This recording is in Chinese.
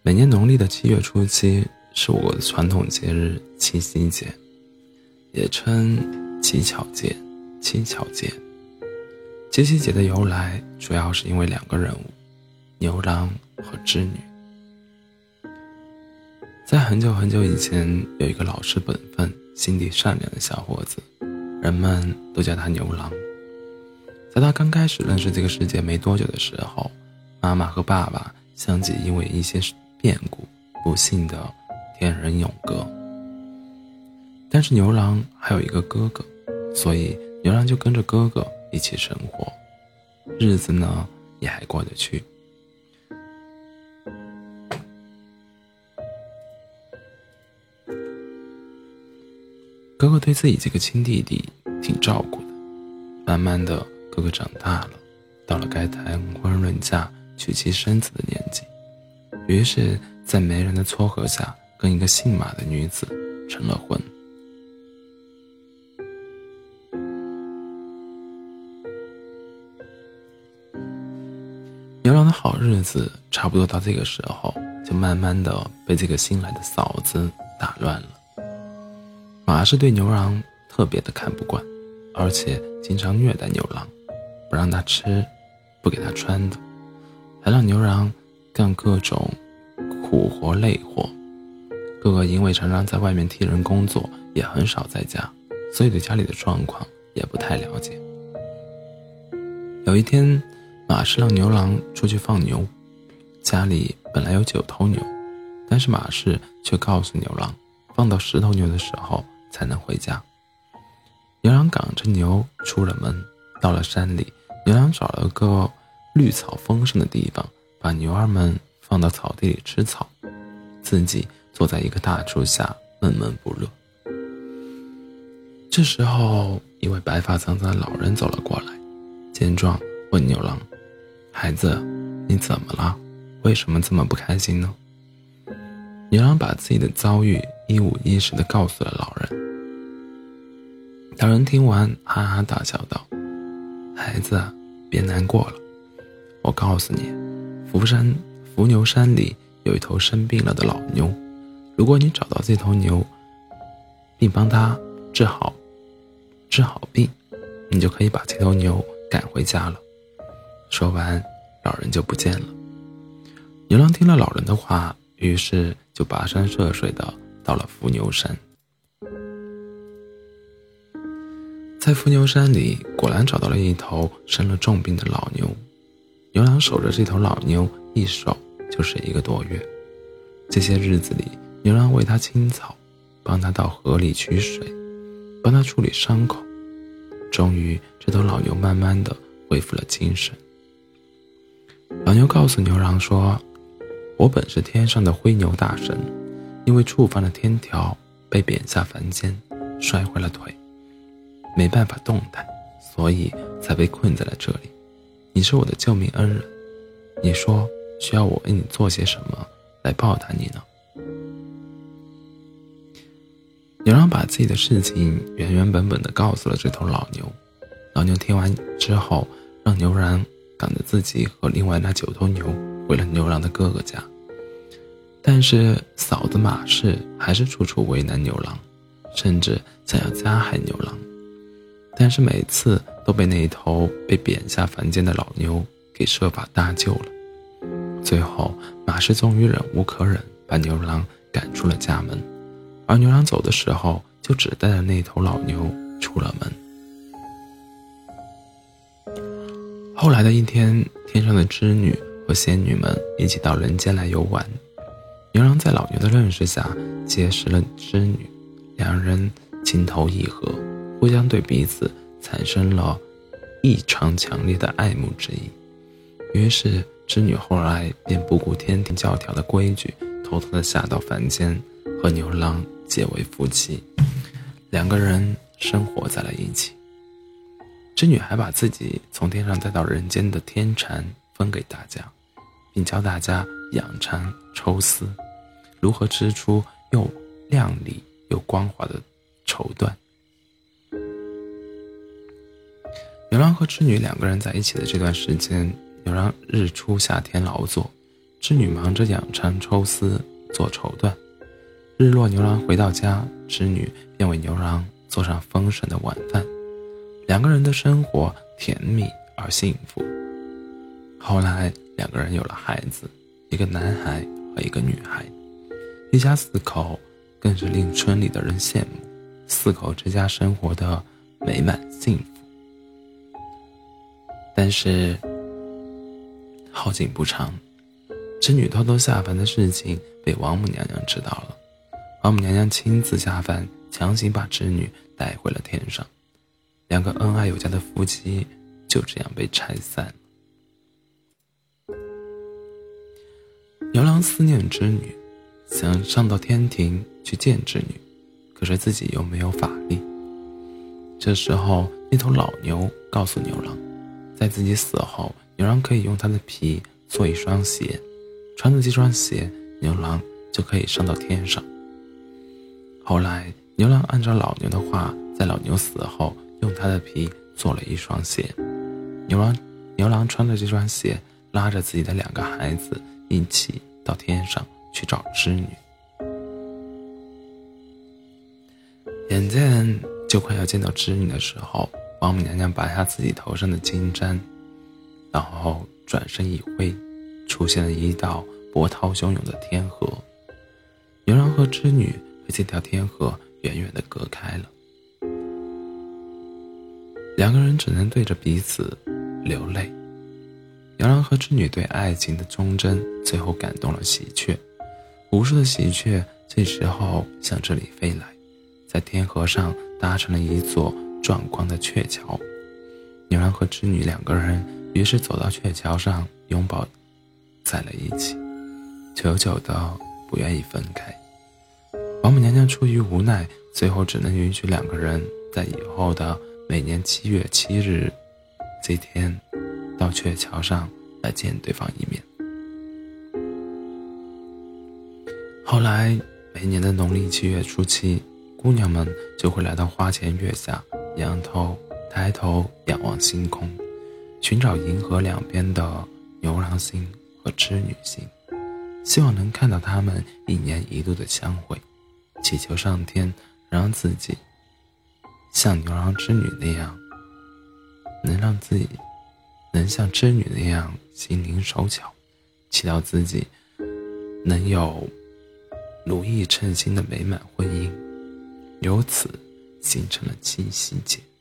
每年农历的7月初7是我国的传统节日七夕节，也称乞巧节、七巧节。七夕节的由来主要是因为两个人物，牛郎和织女。在很久很久以前，有一个老实本分、心地善良的小伙子，人们都叫他牛郎。在他刚开始认识这个世界没多久的时候，妈妈和爸爸相继因为一些变故不幸的天人永隔。但是牛郎还有一个哥哥，所以牛郎就跟着哥哥一起生活，日子呢也还过得去。哥哥对自己这个亲弟弟挺照顾的，慢慢的哥哥长大了，到了该谈婚论嫁娶妻生子的年纪，于是在媒人的撮合下跟一个姓马的女子成了婚。牛郎的好日子差不多到这个时候，就慢慢的被这个新来的嫂子打乱了。马是对牛郎特别的看不惯，而且经常虐待牛郎，不让他吃，不给他穿的，还让牛郎干各种苦活累活。哥哥因为常常在外面替人工作，也很少在家，所以对家里的状况也不太了解。有一天，马氏让牛郎出去放牛，家里本来有9头牛，但是马氏却告诉牛郎，放到10头牛的时候才能回家。牛郎赶着牛出了门，到了山里，牛郎找了个绿草丰盛的地方，把牛儿们放到草地里吃草，自己坐在一个大树下闷闷不乐。这时候，一位白发苍苍的老人走了过来，见状问牛郎：“孩子，你怎么了？为什么这么不开心呢？”牛郎把自己的遭遇一五一十地告诉了老人。老人听完哈哈大笑道：“孩子，别难过了，我告诉你，伏牛山里有一头生病了的老牛，如果你找到这头牛，并帮它治好病，你就可以把这头牛赶回家了。”说完，老人就不见了。牛郎听了老人的话，于是就跋山涉水的到了伏牛山。在伏牛山里，果然找到了一头生了重病的老牛。牛郎守着这头老牛，一守就是1个多月。这些日子里，牛郎为他清草，帮他到河里取水，帮他处理伤口。终于，这头老牛慢慢的恢复了精神。老牛告诉牛郎说：“我本是天上的灰牛大神，因为触犯了天条，被贬下凡间，摔坏了腿，没办法动弹，所以才被困在了这里。你是我的救命恩人，你说需要我为你做些什么来报答你呢？”牛郎把自己的事情原原本本地告诉了这头老牛。老牛听完之后，让牛郎赶着自己和另外那9头牛回了牛郎的哥哥家。但是嫂子马氏还是处处为难牛郎，甚至想要加害牛郎，但是每次都被那一头被贬下凡间的老牛给设法搭救了。最后，马氏终于忍无可忍，把牛郎赶出了家门，而牛郎走的时候就只带着那头老牛出了门。后来的一天，天上的织女和仙女们一起到人间来游玩。牛郎在老牛的认识下结识了织女，两人情投意合，互相对彼此产生了异常强烈的爱慕之意。于是织女后来便不顾天庭教条的规矩，偷偷地下到凡间，和牛郎结为夫妻，两个人生活在了一起。织女还把自己从天上带到人间的天蚕分给大家，并教大家养蚕抽丝，如何织出又亮丽又光滑的绸缎。牛郎和织女两个人在一起的这段时间，牛郎日出夏天劳作， 织女忙着养蚕抽丝做绸缎。日落牛郎回到家，织女便为牛郎做上丰盛的晚饭，两个人的生活甜蜜而幸福。后来两个人有了孩子，一个男孩和一个女孩，一家四口更是令村里的人羡慕，四口之家生活的美满幸福。但是好景不长，织女偷偷下凡的事情被王母娘娘知道了。王母娘娘亲自下凡，强行把织女带回了天上。两个恩爱有加的夫妻就这样被拆散了。牛郎思念织女，想上到天庭去见织女，可是自己又没有法力。这时候那头老牛告诉牛郎，在自己死后，牛郎可以用他的皮做一双鞋，穿着这双鞋，牛郎就可以上到天上。后来牛郎按照老牛的话，在老牛死后用他的皮做了一双鞋。牛郎穿着这双鞋，拉着自己的两个孩子一起到天上去找织女。眼见就快要见到织女的时候，王母娘娘拔下自己头上的金簪，然后转身一挥，出现了一道波涛汹涌的天河。牛郎和织女被这条天河远远地隔开了，两个人只能对着彼此流泪。牛郎和织女对爱情的忠贞最后感动了喜鹊，无数的喜鹊这时候向这里飞来，在天河上搭成了一座壮观的鹊桥。牛郎和织女两个人于是走到鹊桥上，拥抱在了一起，久久的不愿意分开。王母娘娘出于无奈，最后只能允许两个人在以后的每年7月7日这天到鹊桥上来见对方一面。后来每年的农历7月初7，姑娘们就会来到花前月下，抬头仰望星空，寻找银河两边的牛郎星和织女星，希望能看到他们1年1度的相会，祈求上天让自己像牛郎织女那样，能像织女那样心灵手巧，祈祷自己能有如意称心的美满婚姻，由此形成了7夕节。